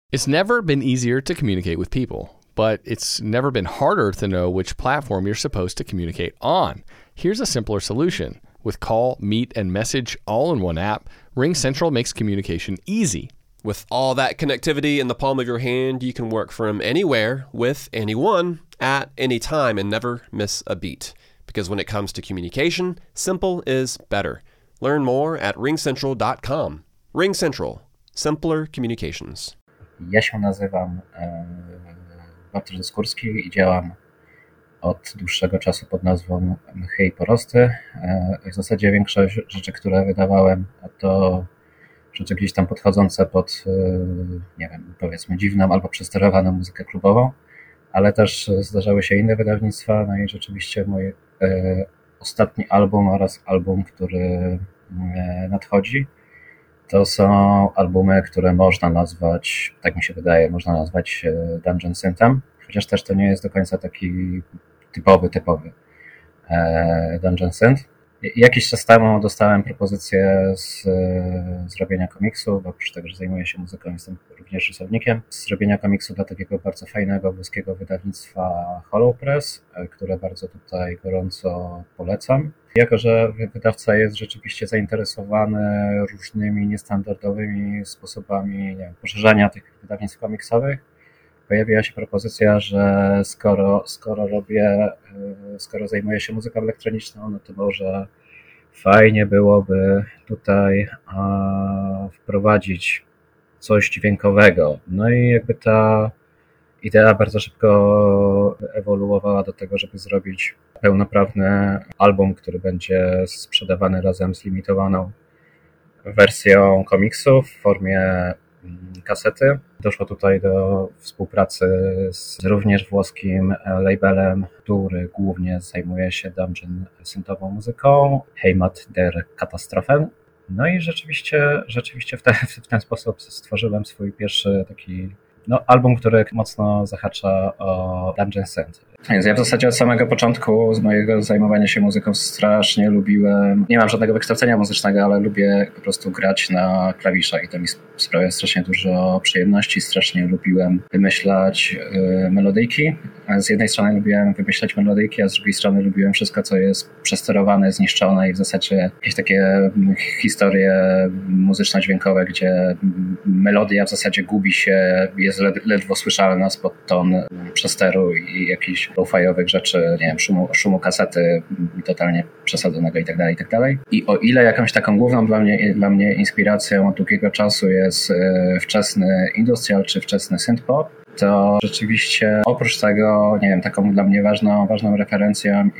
It's never been easier to communicate with people, but it's never been harder to know which platform you're supposed to communicate on. Here's a simpler solution. With call, meet, and message all in one app, RingCentral makes communication easy. With all that connectivity in the palm of your hand, you can work from anywhere with anyone at any time and never miss a beat. Because when it comes to communication, simple is better. Learn more at ringcentral.com. RingCentral. Simpler communications. Ja się nazywam Bartosz Skórski i działam od dłuższego czasu pod nazwą Mchy i Porosty. W zasadzie większość rzeczy, które wydawałem, to rzeczy gdzieś tam podchodzące pod, nie wiem, powiedzmy dziwną albo przesterowaną muzykę klubową, ale też zdarzały się inne wydawnictwa, no i rzeczywiście mój ostatni album oraz album, który nadchodzi, to są albumy, które można nazwać, tak mi się wydaje, można nazwać Dungeon Synthem, chociaż też to nie jest do końca taki typowy Dungeon Synth. Jakiś czas temu dostałem propozycję zrobienia komiksu, bo oprócz tego, że zajmuję się muzyką, jestem również rysownikiem, zrobienia komiksu dla takiego bardzo fajnego, włoskiego wydawnictwa Hollow Press, które bardzo tutaj gorąco polecam. Jako że wydawca jest rzeczywiście zainteresowany różnymi niestandardowymi sposobami, nie wiem, poszerzania tych wydawnictw komiksowych, pojawiła się propozycja, że skoro zajmuję się muzyką elektroniczną, no to może fajnie byłoby tutaj wprowadzić coś dźwiękowego. No i jakby ta idea bardzo szybko ewoluowała do tego, żeby zrobić pełnoprawny album, który będzie sprzedawany razem z limitowaną wersją komiksu w formie kasety. Doszło tutaj do współpracy z również włoskim labelem, który głównie zajmuje się dungeon syntową muzyką, Heimat der Katastrophen. No i rzeczywiście w ten sposób stworzyłem swój pierwszy taki album, który mocno zahacza o dungeon synth. Więc ja w zasadzie od samego początku z mojego zajmowania się muzyką strasznie lubiłem, nie mam żadnego wykształcenia muzycznego, ale lubię po prostu grać na klawiszach i to mi sprawia strasznie dużo przyjemności. Strasznie lubiłem wymyślać melodyjki. Z jednej strony lubiłem wymyślać melodyjki, a z drugiej strony lubiłem wszystko, co jest przesterowane, zniszczone i w zasadzie jakieś takie historie muzyczno-dźwiękowe, gdzie melodia w zasadzie gubi się, jest ledwo słyszalna spod ton przesteru i jakichś lo-fiowych rzeczy, nie wiem, szumu kasety totalnie przesadzonego i tak dalej. I o ile jakąś taką główną dla mnie inspiracją od długiego czasu jest wczesny industrial czy wczesny synthpop, to rzeczywiście oprócz tego, nie wiem, taką dla mnie ważną referencją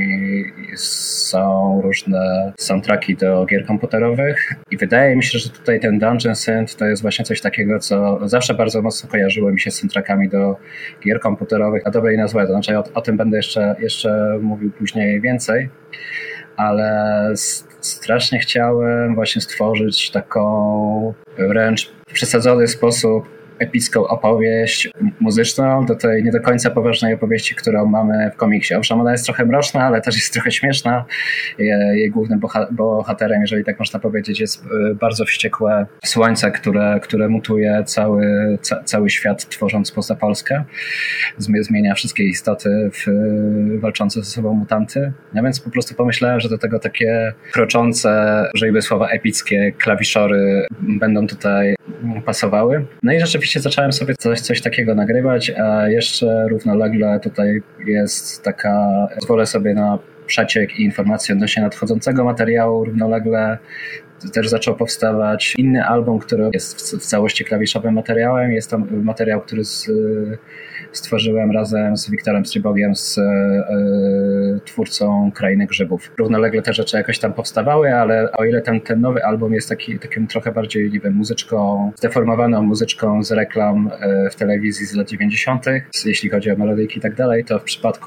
są różne soundtracki do gier komputerowych i wydaje mi się, że tutaj ten Dungeon Synth to jest właśnie coś takiego, co zawsze bardzo mocno kojarzyło mi się z soundtrackami do gier komputerowych, na dobre i na złe. To znaczy o tym będę jeszcze mówił później więcej, ale strasznie chciałem właśnie stworzyć taką wręcz w przesadzony sposób epicką opowieść muzyczną do tej nie do końca poważnej opowieści, którą mamy w komiksie. Owszem, ona jest trochę mroczna, ale też jest trochę śmieszna. Jej głównym bohaterem, jeżeli tak można powiedzieć, jest bardzo wściekłe słońce, które mutuje cały świat, tworząc poza Polskę. Zmienia wszystkie istoty w walczące ze sobą mutanty. Ja więc po prostu pomyślałem, że do tego takie kroczące, użyjmy słowa epickie, klawiszory będą tutaj pasowały. No i rzeczywiście zacząłem sobie coś takiego nagrywać, a jeszcze równolegle tutaj jest taka, pozwolę sobie na przeciek i informacje odnośnie nadchodzącego materiału. Równolegle też zaczął powstawać inny album, który jest w całości klawiszowym materiałem. Jest to materiał, który stworzyłem razem z Wiktorem Strybogiem, z twórcą Krainy Grzybów. Równolegle te rzeczy jakoś tam powstawały, ale o ile ten nowy album jest takim trochę bardziej, nie wiem, muzyczką, zdeformowaną muzyczką z reklam w telewizji z lat 90., jeśli chodzi o melodyjki i tak dalej, to w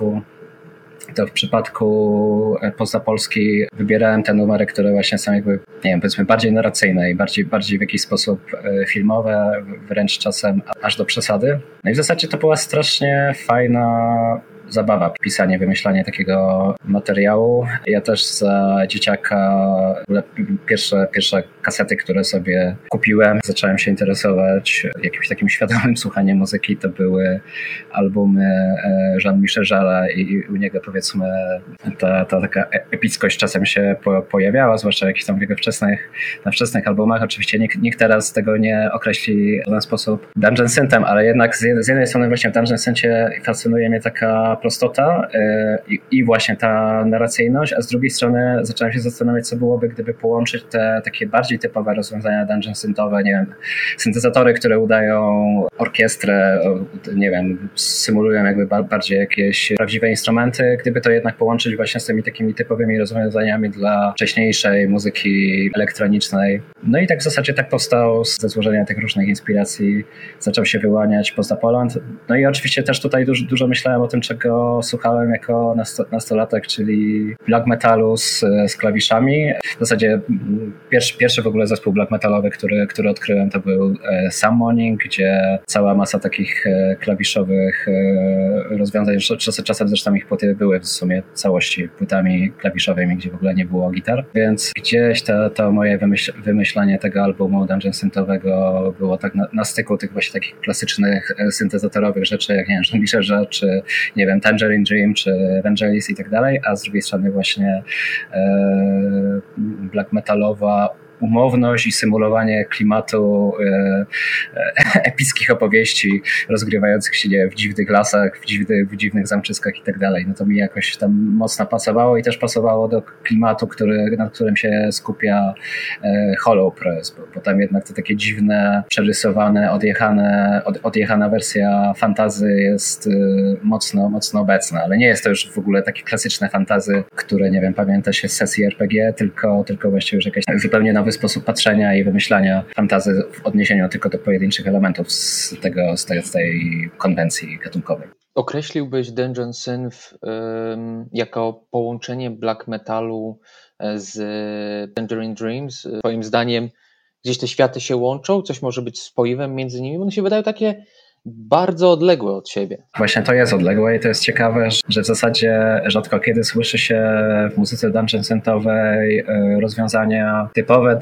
przypadku poza Polski wybierałem te numery, które właśnie są jakby, nie wiem, powiedzmy bardziej narracyjne i bardziej w jakiś sposób filmowe, wręcz czasem aż do przesady. No i w zasadzie to była strasznie fajna zabawa, pisanie, wymyślanie takiego materiału. Ja też za dzieciaka pierwsze kasety, które sobie kupiłem. Zacząłem się interesować jakimś takim świadomym słuchaniem muzyki. To były albumy Jean-Michel Jarre'a i u niego powiedzmy ta taka epickość czasem się pojawiała, zwłaszcza w jakichś tam jego wczesnych albumach. Oczywiście nikt teraz tego nie określi w ten sposób dungeon synthem, ale jednak z jednej strony właśnie w dungeon synthie fascynuje mnie taka prostota i właśnie ta narracyjność, a z drugiej strony zacząłem się zastanawiać, co byłoby, gdyby połączyć te takie bardziej typowe rozwiązania dungeon synthowe, nie wiem, syntezatory, które udają orkiestrę, nie wiem, symulują jakby bardziej jakieś prawdziwe instrumenty, gdyby to jednak połączyć właśnie z tymi takimi typowymi rozwiązaniami dla wcześniejszej muzyki elektronicznej. No i tak w zasadzie tak powstał ze złożenia tych różnych inspiracji, zaczął się wyłaniać Post-Apoland. No i oczywiście też tutaj dużo myślałem o tym, czego słuchałem jako nastolatek, czyli black metalu z klawiszami. W zasadzie pierwszy w ogóle zespół black metalowy, który odkryłem, to był Summoning, gdzie cała masa takich klawiszowych rozwiązań, czasem zresztą ich płyty były w sumie całości płytami klawiszowymi, gdzie w ogóle nie było gitar, więc gdzieś to moje wymyślanie tego albumu dungeon synthowego było tak na styku tych właśnie takich klasycznych syntezatorowych rzeczy, jak nie wiem, Jean-Michel, czy nie wiem, Tangerine Dream, czy Vangelis i tak dalej, a z drugiej strony właśnie black metalowa umowność i symulowanie klimatu epickich opowieści rozgrywających się w dziwnych lasach, w dziwnych zamczyskach i tak dalej. No to mi jakoś tam mocno pasowało i też pasowało do klimatu, nad którym się skupia Hollow Press, bo tam jednak to takie dziwne, przerysowane, odjechana wersja fantazy jest mocno obecna, ale nie jest to już w ogóle takie klasyczne fantazy, które, nie wiem, pamięta się z sesji RPG, tylko właściwie już jakaś zupełnie nowy sposób patrzenia i wymyślania fantazy w odniesieniu tylko do pojedynczych elementów z tej konwencji gatunkowej. Określiłbyś Dungeon Synth jako połączenie black metalu z Tangerine Dreams? Twoim zdaniem gdzieś te światy się łączą? Coś może być spoiwem między nimi? Bo one się wydają takie bardzo odległe od siebie. Właśnie to jest odległe i to jest ciekawe, że w zasadzie rzadko kiedy słyszy się w muzyce dungeon synthowej rozwiązania typowe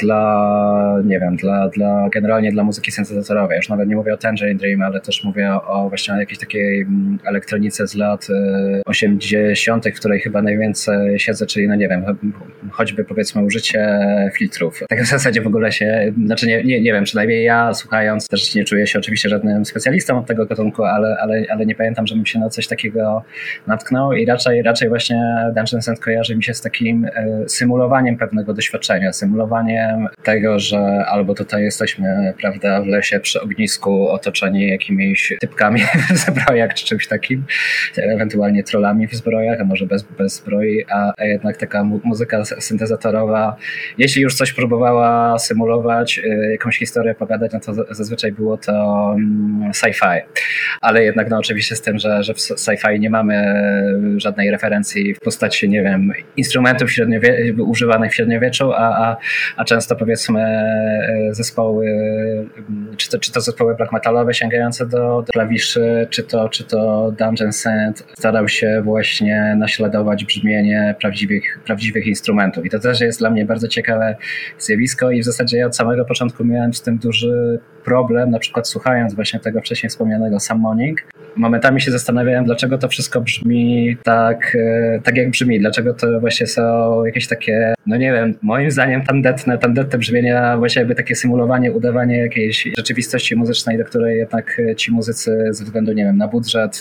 generalnie dla muzyki syntezatorowej. Już nawet nie mówię o Tangerine Dream, ale też mówię o właśnie jakiejś takiej elektronice z lat 80., w której chyba najwięcej siedzę, czyli no nie wiem, choćby powiedzmy użycie filtrów. Tak w zasadzie w ogóle się, znaczy nie wiem, przynajmniej ja słuchając też nie czuję się oczywiście żadnym specjalistą od tego gatunku, ale nie pamiętam, żebym się na coś takiego natknął i raczej właśnie Dungeon Synth kojarzy mi się z takim symulowaniem pewnego doświadczenia, symulowaniem tego, że albo tutaj jesteśmy, prawda, w lesie przy ognisku otoczeni jakimiś typkami w zbrojach czy czymś takim, ewentualnie trollami w zbrojach, a może bez zbroi, a jednak taka muzyka syntezatorowa, jeśli już coś próbowała symulować, jakąś historię opowiadać, no to zazwyczaj było to sci-fi. Ale jednak no oczywiście z tym, że w sci-fi nie mamy żadnej referencji w postaci, nie wiem, instrumentów używanych w średniowieczu, a często powiedzmy zespoły, czy to zespoły black metalowe sięgające do klawiszy, czy to Dungeon Synth starał się właśnie naśladować brzmienie prawdziwych instrumentów. I to też jest dla mnie bardzo ciekawe zjawisko i w zasadzie ja od samego początku miałem z tym duży problem, na przykład słuchając właśnie tego wcześniej wspomnianego Summoning. Momentami się zastanawiałem, dlaczego to wszystko brzmi tak jak brzmi, dlaczego to właśnie są jakieś takie, no nie wiem, moim zdaniem tandetne brzmienia, właśnie jakby takie symulowanie, udawanie jakiejś rzeczywistości muzycznej, do której jednak ci muzycy ze względu, nie wiem, na budżet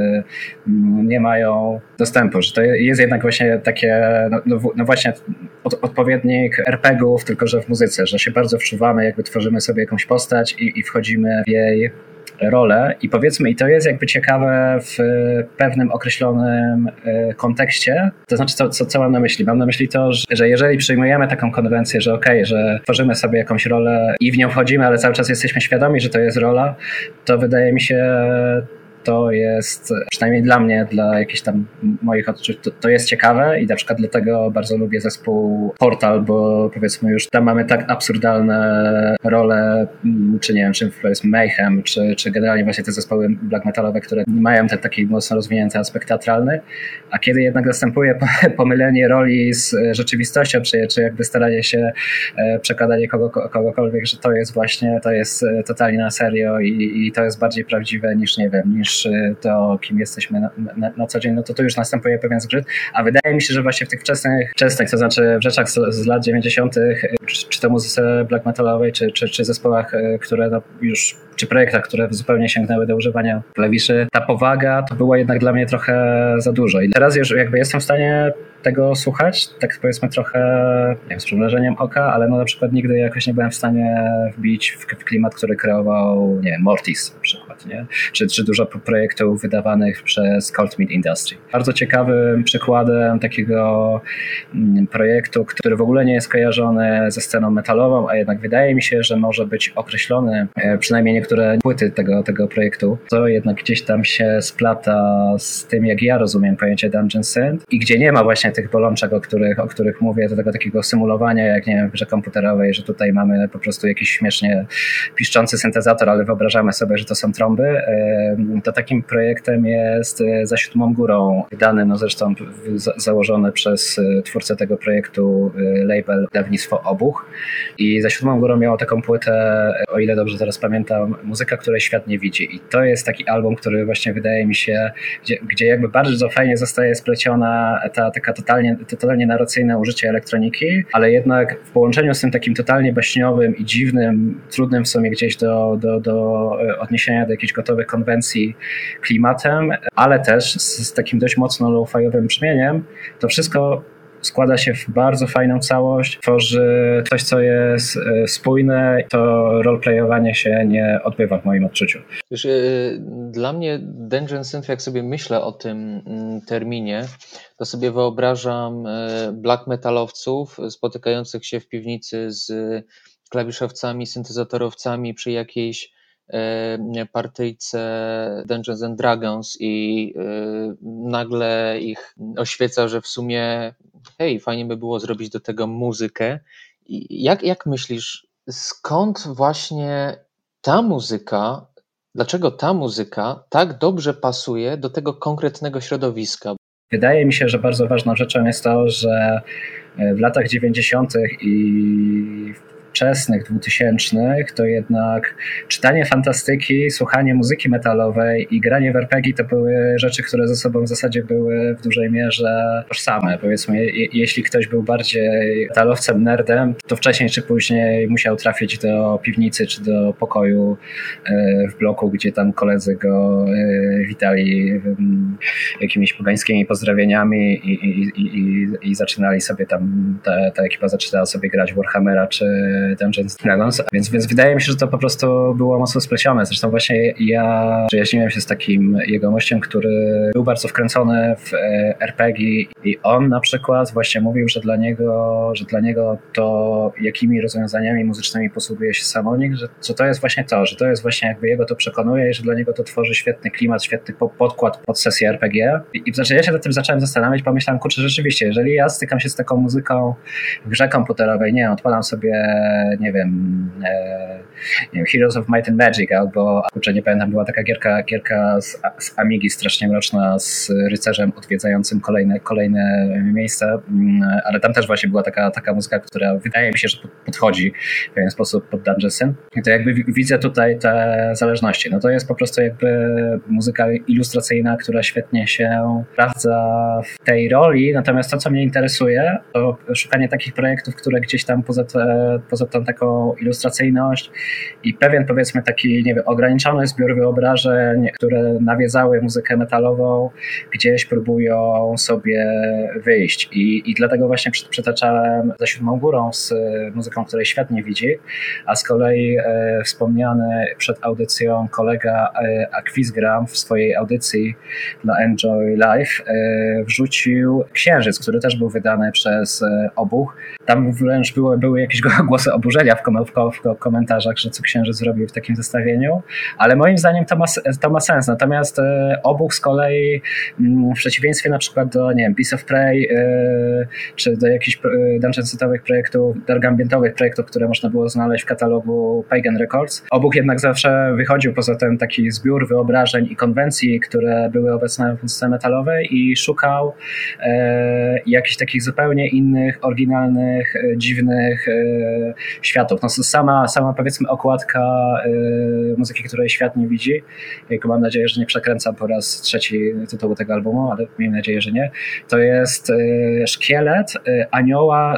nie mają dostępu, że to jest jednak właśnie takie, no właśnie odpowiednik RPG-ów, tylko że w muzyce, że się bardzo wczuwamy, jakby tworzymy sobie jakąś postać i wchodzimy w jej rolę i powiedzmy, i to jest jakby ciekawe w pewnym określonym kontekście, to znaczy co mam na myśli? Mam na myśli to, że jeżeli przyjmujemy taką konwencję, że że tworzymy sobie jakąś rolę i w nią wchodzimy, ale cały czas jesteśmy świadomi, że to jest rola, to wydaje mi się to jest, przynajmniej dla mnie, dla jakichś tam moich odczuć, to jest ciekawe i na przykład dlatego bardzo lubię zespół Portal, bo powiedzmy już tam mamy tak absurdalne role, czy nie wiem, czy powiedzmy Mayhem, czy generalnie właśnie te zespoły black metalowe, które mają ten taki mocno rozwinięty aspekt teatralny, a kiedy jednak następuje pomylenie roli z rzeczywistością, czy jakby staranie się przekładanie kogokolwiek, że to jest totalnie na serio i to jest bardziej prawdziwe niż, nie wiem, niż to, kim jesteśmy na co dzień, no to tu już następuje pewien zgrzyt, a wydaje mi się, że właśnie w tych wczesnych, to znaczy w rzeczach z lat 90., czy to muzyce black metalowej, czy zespołach, które no już, czy projektach, które zupełnie sięgnęły do używania klawiszy, ta powaga to było jednak dla mnie trochę za dużo. I teraz już jakby jestem w stanie tego słuchać, tak powiedzmy trochę, nie wiem, z przymrużeniem oka, ale no na przykład nigdy jakoś nie byłem w stanie wbić w klimat, który kreował, nie wiem, Mortis na przykład, nie? Czy dużo projektów wydawanych przez Cold Meat Industry. Bardzo ciekawym przykładem takiego projektu, który w ogóle nie jest kojarzony ze sceną metalową, a jednak wydaje mi się, że może być określony, przynajmniej niektóre płyty tego projektu, to jednak gdzieś tam się splata z tym, jak ja rozumiem pojęcie Dungeon Synth i gdzie nie ma właśnie tych bolączek, o których mówię, do tego takiego symulowania, jak nie wiem, w grze komputerowej, że tutaj mamy po prostu jakiś śmiesznie piszczący syntezator, ale wyobrażamy sobie, że to są trąby. To takim projektem jest Za siódmą górą, wydany, no zresztą założony przez twórcę tego projektu label Dawnictwo Obuch. I Za siódmą górą miało taką płytę, o ile dobrze teraz pamiętam, Muzyka, której świat nie widzi. I to jest taki album, który właśnie wydaje mi się, gdzie jakby bardzo fajnie zostaje spleciona ta taka totalnie narracyjne użycie elektroniki, ale jednak w połączeniu z tym takim totalnie baśniowym i dziwnym, trudnym w sumie gdzieś do odniesienia do jakichś gotowych konwencji klimatem, ale też z takim dość mocno low-fiowym brzmieniem, to wszystko składa się w bardzo fajną całość, tworzy coś, co jest spójne, to roleplayowanie się nie odbywa w moim odczuciu. Wiesz, dla mnie Dungeon Synth, jak sobie myślę o tym terminie, to sobie wyobrażam black metalowców spotykających się w piwnicy z klawiszowcami, syntezatorowcami przy jakiejś partyjce Dungeons and Dragons i nagle ich oświeca, że w sumie hej, fajnie by było zrobić do tego muzykę. I jak myślisz, skąd właśnie ta muzyka, dlaczego ta muzyka tak dobrze pasuje do tego konkretnego środowiska? Wydaje mi się, że bardzo ważną rzeczą jest to, że w latach 90. i wczesnych 2000 to jednak czytanie fantastyki, słuchanie muzyki metalowej i granie w RPG to były rzeczy, które ze sobą w zasadzie były w dużej mierze tożsame. Powiedzmy, jeśli ktoś był bardziej metalowcem, nerdem, to wcześniej czy później musiał trafić do piwnicy czy do pokoju w bloku, gdzie tam koledzy go witali jakimiś pogańskimi pozdrowieniami i zaczynali sobie tam, ta ekipa zaczynała sobie grać w Warhammera czy Dungeons & Dragons, więc wydaje mi się, że to po prostu było mocno splecione. Zresztą właśnie ja przyjaźniłem się z takim jegomościem, który był bardzo wkręcony w RPG i on na przykład właśnie mówił, że dla niego to, jakimi rozwiązaniami muzycznymi posługuje się Samonik, że to jest właśnie to, że to jest właśnie jakby jego to przekonuje i że dla niego to tworzy świetny klimat, świetny podkład pod sesję RPG. I znaczy ja się nad tym zacząłem zastanawiać, pomyślałem, kurczę, rzeczywiście, jeżeli ja stykam się z taką muzyką w grze komputerowej, nie, odpalam sobie nie wiem, Heroes of Might and Magic, albo, kurczę, nie pamiętam, była taka gierka z Amigi strasznie mroczna, z rycerzem odwiedzającym kolejne miejsca, ale tam też właśnie była taka muzyka, która wydaje mi się, że podchodzi w pewien sposób pod Dungeon Synth. I to jakby widzę tutaj te zależności. No to jest po prostu jakby muzyka ilustracyjna, która świetnie się sprawdza w tej roli, natomiast to, co mnie interesuje, to szukanie takich projektów, które gdzieś tam poza tą taką ilustracyjność i pewien, powiedzmy, taki, nie wiem, ograniczony zbiór wyobrażeń, które nawiedzały muzykę metalową, gdzieś próbują sobie wyjść. I dlatego właśnie przytaczałem Za siódmą górą z muzyką, której świat nie widzi, a z kolei wspomniany przed audycją kolega Aquizgram w swojej audycji dla Enjoy Life wrzucił Księżyc, który też był wydany przez Obuch. Tam wręcz były jakieś głosy oburzenia w komentarzach, że co księżyc zrobił w takim zestawieniu, ale moim zdaniem to ma sens. Natomiast Obóz z kolei w przeciwieństwie na przykład do, nie wiem, Piece of Prey czy do jakichś dungeon setowych projektów, dark ambientowych projektów, które można było znaleźć w katalogu Pagan Records, Obóz jednak zawsze wychodził poza ten taki zbiór wyobrażeń i konwencji, które były obecne w muzyce metalowej i szukał jakichś takich zupełnie innych, oryginalnych, dziwnych światów. No, sama powiedzmy okładka muzyki, której świat nie widzi, mam nadzieję, że nie przekręcam po raz trzeci tytułu tego albumu, ale miejmy nadzieję, że nie. To jest szkielet anioła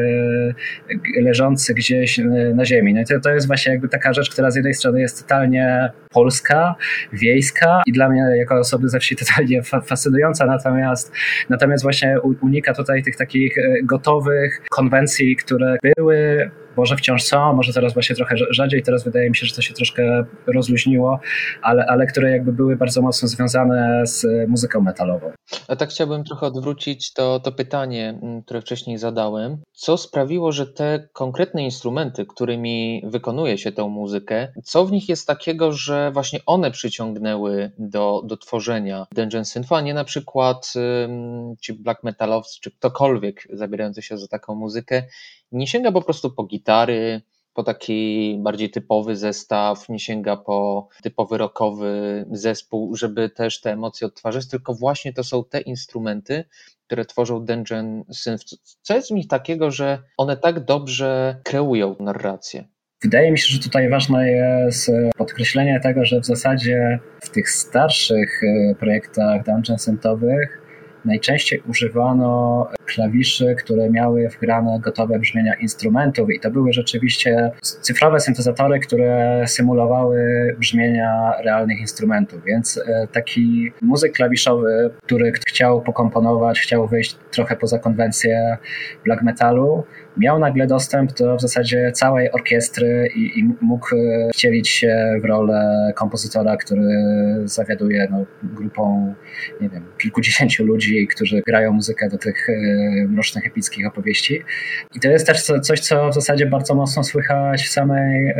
leżący gdzieś na ziemi. No i to jest właśnie jakby taka rzecz, która z jednej strony jest totalnie polska, wiejska i dla mnie jako osoby ze wsi totalnie fascynująca, natomiast właśnie unika tutaj tych takich gotowych konwencji, które były, może wciąż są, może teraz właśnie trochę rzadziej, teraz wydaje mi się, że to się troszkę rozluźniło, ale które jakby były bardzo mocno związane z muzyką metalową. A tak chciałbym trochę odwrócić to pytanie, które wcześniej zadałem. Co sprawiło, że te konkretne instrumenty, którymi wykonuje się tę muzykę, co w nich jest takiego, że właśnie one przyciągnęły do tworzenia Dungeon Synthu, a nie na przykład ci black metalowcy, czy ktokolwiek zabierający się za taką muzykę, nie sięga po prostu po gitary, po taki bardziej typowy zestaw, nie sięga po typowy rockowy zespół, żeby też te emocje odtwarzać, tylko właśnie to są te instrumenty, które tworzą Dungeon Synth. Co jest w nich takiego, że one tak dobrze kreują narrację? Wydaje mi się, że tutaj ważne jest podkreślenie tego, że w zasadzie w tych starszych projektach dungeon synthowych najczęściej używano klawiszy, które miały wgrane gotowe brzmienia instrumentów i to były rzeczywiście cyfrowe syntezatory, które symulowały brzmienia realnych instrumentów, więc taki muzyk klawiszowy, który chciał pokomponować, chciał wyjść trochę poza konwencję black metalu, miał nagle dostęp do w zasadzie całej orkiestry i mógł wcielić się w rolę kompozytora, który zawiaduje grupą, nie wiem, kilkudziesięciu ludzi, którzy grają muzykę do tych mrocznych, epickich opowieści. I to jest też coś, co w zasadzie bardzo mocno słychać w samej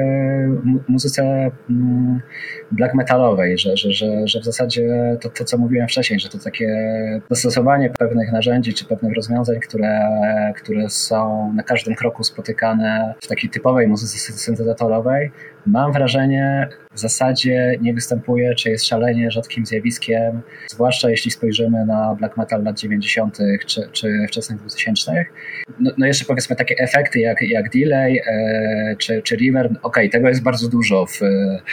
muzyce black metalowej, że w zasadzie to, co mówiłem wcześniej, że to takie dostosowanie pewnych narzędzi czy pewnych rozwiązań, które są na każdym kroku spotykane w takiej typowej muzyce syntezatorowej, mam wrażenie, w zasadzie nie występuje, czy jest szalenie rzadkim zjawiskiem, zwłaszcza jeśli spojrzymy na black metal lat 90. czy wczesnych 2000. No jeszcze powiedzmy takie efekty jak delay czy reverb, tego jest bardzo dużo w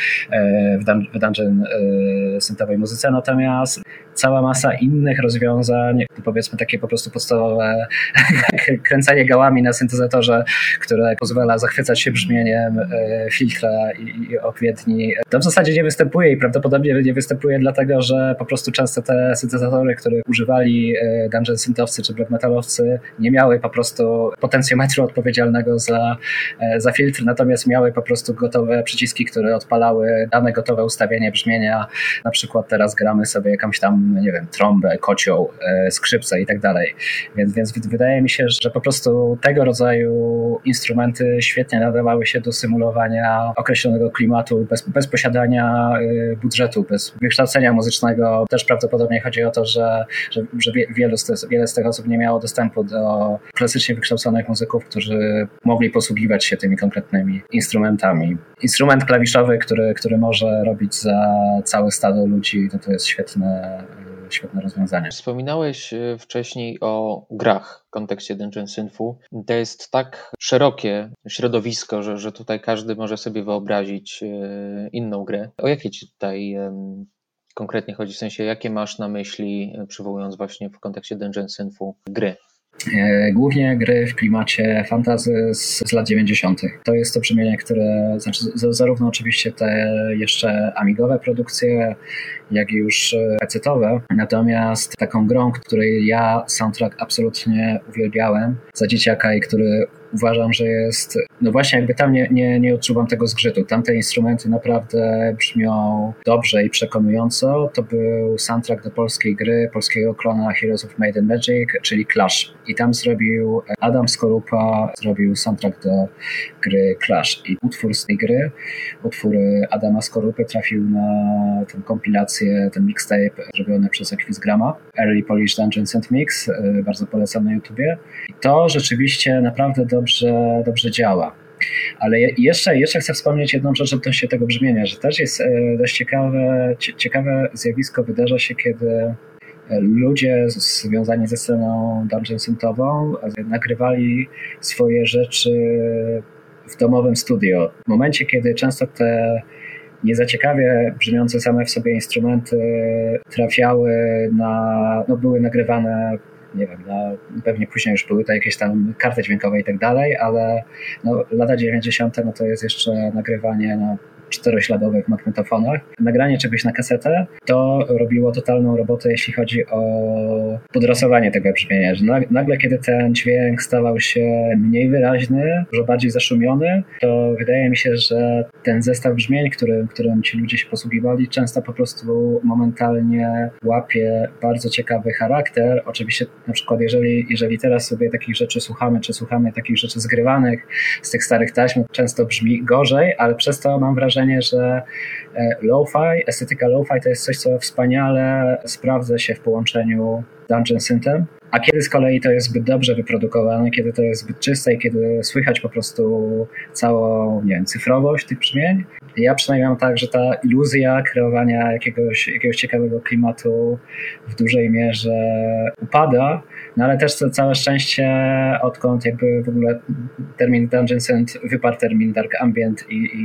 dungeon synthowej muzyce, natomiast cała masa innych rozwiązań, powiedzmy takie po prostu podstawowe kręcenie gałami na syntezatorze, które pozwala zachwycać się brzmieniem filtra i odpowiedni, to w zasadzie nie występuje i prawdopodobnie nie występuje dlatego, że po prostu często te syntezatory, które używali dungeon synthowcy czy black metalowcy, nie miały po prostu potencjometru odpowiedzialnego za filtr, natomiast miały po prostu gotowe przyciski, które odpalały dane gotowe ustawienie brzmienia. Na przykład teraz gramy sobie jakąś tam, nie wiem, trąbę, kocioł, skrzypce i tak dalej. Więc wydaje mi się, że po prostu tego rodzaju instrumenty świetnie nadawały się do symulowania określonego klimatu bez posiadania budżetu, bez wykształcenia muzycznego. Też prawdopodobnie chodzi o to, że wiele z tych osób nie miało dostępu do klasycznie wykształconych muzyków, którzy mogli posługiwać się tymi konkretnymi instrumentami. Instrument klawiszowy, który może robić za całe stado ludzi, to jest świetne rozwiązanie. Wspominałeś wcześniej o grach w kontekście Dungeon Synthu. To jest tak szerokie środowisko, że tutaj każdy może sobie wyobrazić inną grę. O jakie ci tutaj konkretnie chodzi? W sensie, jakie masz na myśli, przywołując właśnie w kontekście Dungeon Synthu gry? Głównie gry w klimacie fantasy z lat 90. To jest to brzmienie, które, znaczy zarówno oczywiście te jeszcze amigowe produkcje, jak i już pecetowe. Natomiast taką grą, której ja soundtrack absolutnie uwielbiałem za dzieciaka i który uważam, że jest, no właśnie jakby tam nie odczuwam tego zgrzytu. Tamte instrumenty naprawdę brzmią dobrze i przekonująco. To był soundtrack do polskiej gry, polskiego klona Heroes of Might and Magic, czyli Clash. I tam zrobił Adam Skorupa, zrobił soundtrack do gry Clash. I utwór z tej gry, utwór Adama Skorupy trafił na tę kompilację, ten mixtape zrobiony przez Aquisgrama, Early Polish Dungeons and Mix, bardzo polecam na YouTubie. I to rzeczywiście naprawdę dobrze działa. Ale jeszcze chcę wspomnieć jedną rzecz odnośnie tego brzmienia, że też jest dość ciekawe zjawisko wydarza się, kiedy ludzie związani ze sceną dungeonsową nagrywali swoje rzeczy w domowym studio. W momencie, kiedy często te nie za ciekawie brzmiące same w sobie instrumenty trafiały były nagrywane, nie wiem, pewnie później już były to jakieś tam karty dźwiękowe i tak dalej, ale lata 90. to jest jeszcze nagrywanie na czterośladowych magnetofonach. Nagranie czegoś na kasetę to robiło totalną robotę, jeśli chodzi o podrasowanie tego brzmienia. Że nagle, kiedy ten dźwięk stawał się mniej wyraźny, dużo bardziej zaszumiony, to wydaje mi się, że ten zestaw brzmień, którym ci ludzie się posługiwali, często po prostu momentalnie łapie bardzo ciekawy charakter. Oczywiście na przykład jeżeli teraz sobie takich rzeczy słuchamy, czy słuchamy takich rzeczy zgrywanych z tych starych taśm, często brzmi gorzej, ale przez to mam wrażenie, że lo-fi, estetyka lo-fi to jest coś, co wspaniale sprawdza się w połączeniu dungeon synthem, a kiedy z kolei to jest zbyt dobrze wyprodukowane, kiedy to jest zbyt czyste i kiedy słychać po prostu całą, nie wiem, cyfrowość tych brzmień. Ja przynajmniej mam tak, że ta iluzja kreowania jakiegoś ciekawego klimatu w dużej mierze upada, no ale też to całe szczęście, odkąd jakby w ogóle termin Dungeon Synth wyparł termin Dark Ambient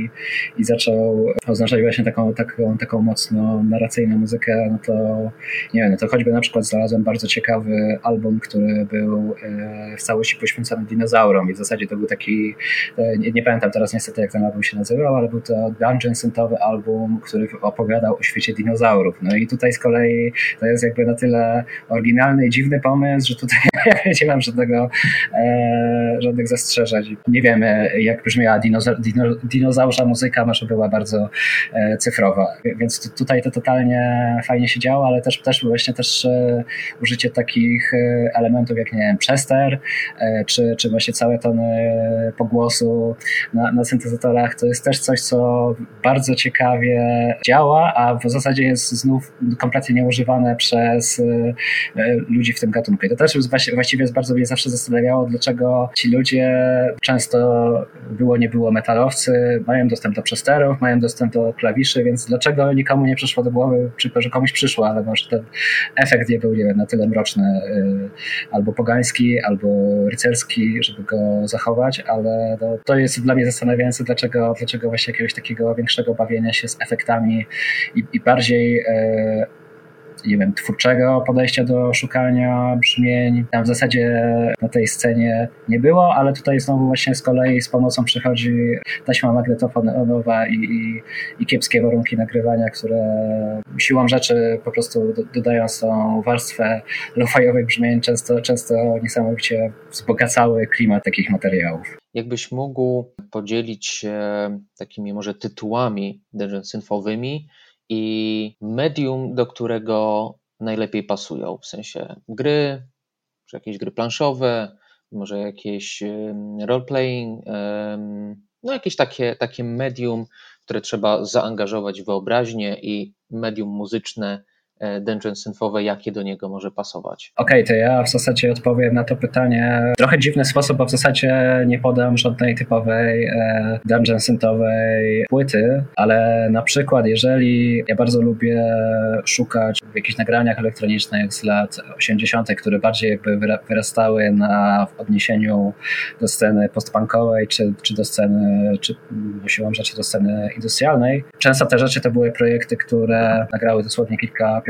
i zaczął oznaczać właśnie taką mocno narracyjną muzykę, no to nie wiem, no to choćby na przykład znalazłem bardzo ciekawy album, który był w całości poświęcony dinozaurom i w zasadzie to był taki, nie pamiętam teraz niestety jak ten album się nazywał, ale był to Dungeon Synthowy album, który opowiadał o świecie dinozaurów. No i tutaj z kolei to jest jakby na tyle oryginalny i dziwny pomysł, że tutaj nie mam żadnych zastrzeżeń. Nie wiemy, jak brzmiała dinozaurza muzyka, może była bardzo cyfrowa. Więc tutaj to totalnie fajnie się działo, ale też użycie takich elementów jak, nie wiem, przester, czy właśnie całe tony pogłosu na syntezatorach, to jest też coś, co bardzo ciekawie działa, a w zasadzie jest znów kompletnie nieużywane przez ludzi w tym gatunku. I to też właściwie bardzo mnie zawsze zastanawiało, dlaczego ci ludzie często nie było metalowcy, mają dostęp do przesterów, mają dostęp do klawiszy, więc dlaczego nikomu nie przyszło do głowy, czy że komuś przyszło, ale może ten efekt nie był, nie wiem, na tyle mroczny, albo pogański, albo rycerski, żeby go zachować, ale to jest dla mnie zastanawiające, dlaczego właśnie jakiegoś takiego większego bawienia się z efektami i bardziej nie wiem, twórczego podejścia do szukania brzmień. Tam w zasadzie na tej scenie nie było, ale tutaj znowu właśnie z kolei z pomocą przychodzi taśma magnetofonowa i kiepskie warunki nagrywania, które siłą rzeczy po prostu dodając tą warstwę lo-fiowych brzmień często niesamowicie wzbogacały klimat takich materiałów. Jakbyś mógł podzielić się takimi może tytułami dungeon synthowymi i medium, do którego najlepiej pasują, w sensie gry, czy jakieś gry planszowe, może jakieś roleplaying, no jakieś takie medium, które trzeba zaangażować w wyobraźnię i medium muzyczne, dungeon synthowe, jakie do niego może pasować? Okej, to ja w zasadzie odpowiem na to pytanie w trochę dziwny sposób, bo w zasadzie nie podam żadnej typowej dungeon synthowej płyty, ale na przykład jeżeli ja bardzo lubię szukać w jakichś nagraniach elektronicznych z lat 80., które bardziej jakby wyrastały w odniesieniu do sceny postpunkowej, czy do sceny, czy siłą rzeczy do sceny industrialnej. Często te rzeczy to były projekty, które nagrały dosłownie kilka piosenek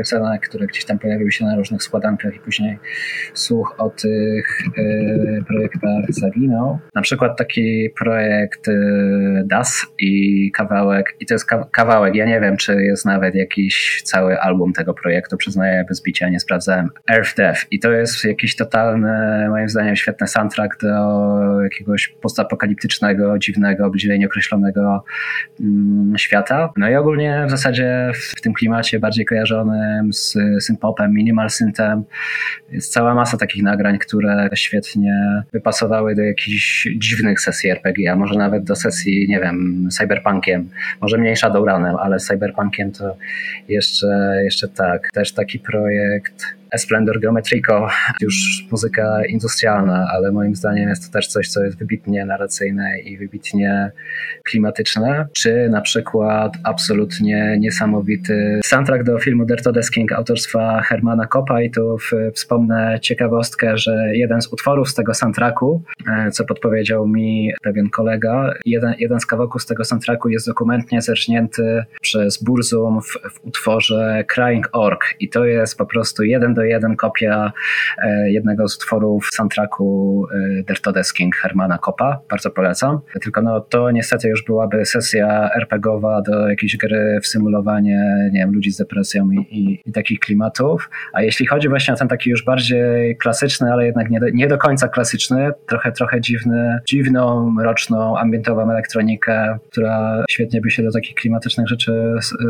piosenek, które gdzieś tam pojawiły się na różnych składankach i później słuch o tych projektach zaginął. Na przykład taki projekt Das i kawałek, i to jest kawałek, ja nie wiem, czy jest nawet jakiś cały album tego projektu, przyznaję bez bicia, nie sprawdzałem, Earth Death, i to jest jakiś totalny, moim zdaniem, świetny soundtrack do jakiegoś postapokaliptycznego, dziwnego, bliżej nieokreślonego świata. No i ogólnie w zasadzie w tym klimacie bardziej kojarzonym z synthpopem, minimal synthem jest cała masa takich nagrań, które świetnie wypasowały do jakichś dziwnych sesji RPG, a może nawet do sesji, nie wiem, cyberpunkiem, może mniej Shadowrunem, ale z cyberpunkiem to jeszcze tak. Też taki projekt Esplendor Geometrico, już muzyka industrialna, ale moim zdaniem jest to też coś, co jest wybitnie narracyjne i wybitnie klimatyczne. Czy na przykład absolutnie niesamowity soundtrack do filmu Dirt to Desking autorstwa Hermana Koppa, i tu wspomnę ciekawostkę, że jeden z utworów z tego soundtracku, co podpowiedział mi pewien kolega, jeden z kawałków z tego soundtracku jest dokumentnie zerżnięty przez Burzum w utworze Crying Orc, i to jest po prostu 1:1 kopia jednego z utworów soundtracku Dirt to Desking Hermana Koppa. Bardzo polecam. Tylko no to niestety już byłaby sesja RPGowa do jakiejś gry w symulowanie, nie wiem, ludzi z depresją i takich klimatów. A jeśli chodzi właśnie o ten taki już bardziej klasyczny, ale jednak nie do końca klasyczny, trochę dziwną, mroczną, ambientową elektronikę, która świetnie by się do takich klimatycznych rzeczy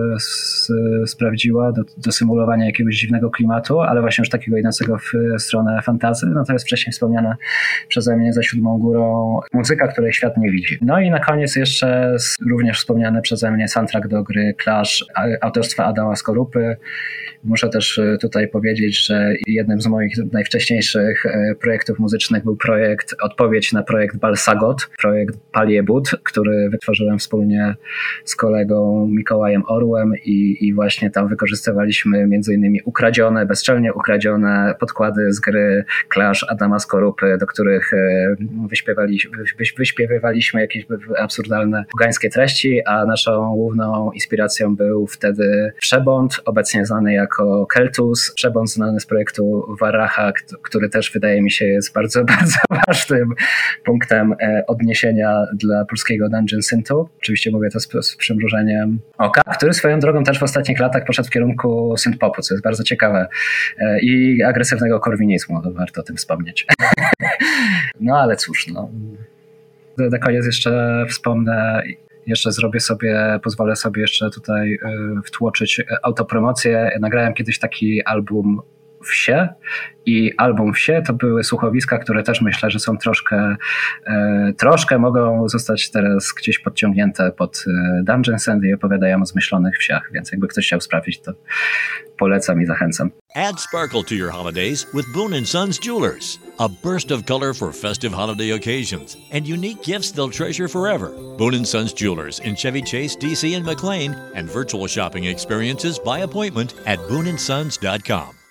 sprawdziła, do symulowania jakiegoś dziwnego klimatu, ale właśnie już takiego idącego w stronę fantasy, no to jest wcześniej wspomniana przeze mnie Za siódmą górą muzyka, której świat nie widzi. No i na koniec jeszcze również wspomniany przeze mnie soundtrack do gry Clash autorstwa Adama Skorupy. Muszę też tutaj powiedzieć, że jednym z moich najwcześniejszych projektów muzycznych był odpowiedź na projekt Balsagot, projekt Paliebut, który wytworzyłem wspólnie z kolegą Mikołajem Orłem i właśnie tam wykorzystywaliśmy m.in. bezczelnie ukradzione podkłady z gry Clash Adama Skorupy, do których wyśpiewywaliśmy jakieś absurdalne pogańskie treści, a naszą główną inspiracją był wtedy Przebąd, obecnie znany jako Keltus. Przebąd znany z projektu Waracha, który też wydaje mi się jest bardzo, bardzo ważnym punktem odniesienia dla polskiego dungeon synthu. Oczywiście mówię to z przymrużeniem oka, który swoją drogą też w ostatnich latach poszedł w kierunku synthpopu, co jest bardzo ciekawe, i agresywnego korwinizmu, to warto o tym wspomnieć. No ale cóż, no. Na koniec jeszcze wspomnę, pozwolę sobie jeszcze tutaj wtłoczyć autopromocję. Nagrałem kiedyś taki album Wsie, i album Wsie to były słuchowiska, które też myślę, że są troszkę mogą zostać teraz gdzieś podciągnięte pod Dungeon Synth i opowiadają o zmyślonych wsiach, więc jakby ktoś chciał sprawdzić, to polecam i zachęcam. Add sparkle to your holidays with Boon & Sons Jewelers. A burst of color for festive holiday occasions and unique gifts they'll treasure forever. Boon & Sons Jewelers in Chevy Chase, DC, and McLean, and virtual shopping experiences by appointment at boonandsons.com.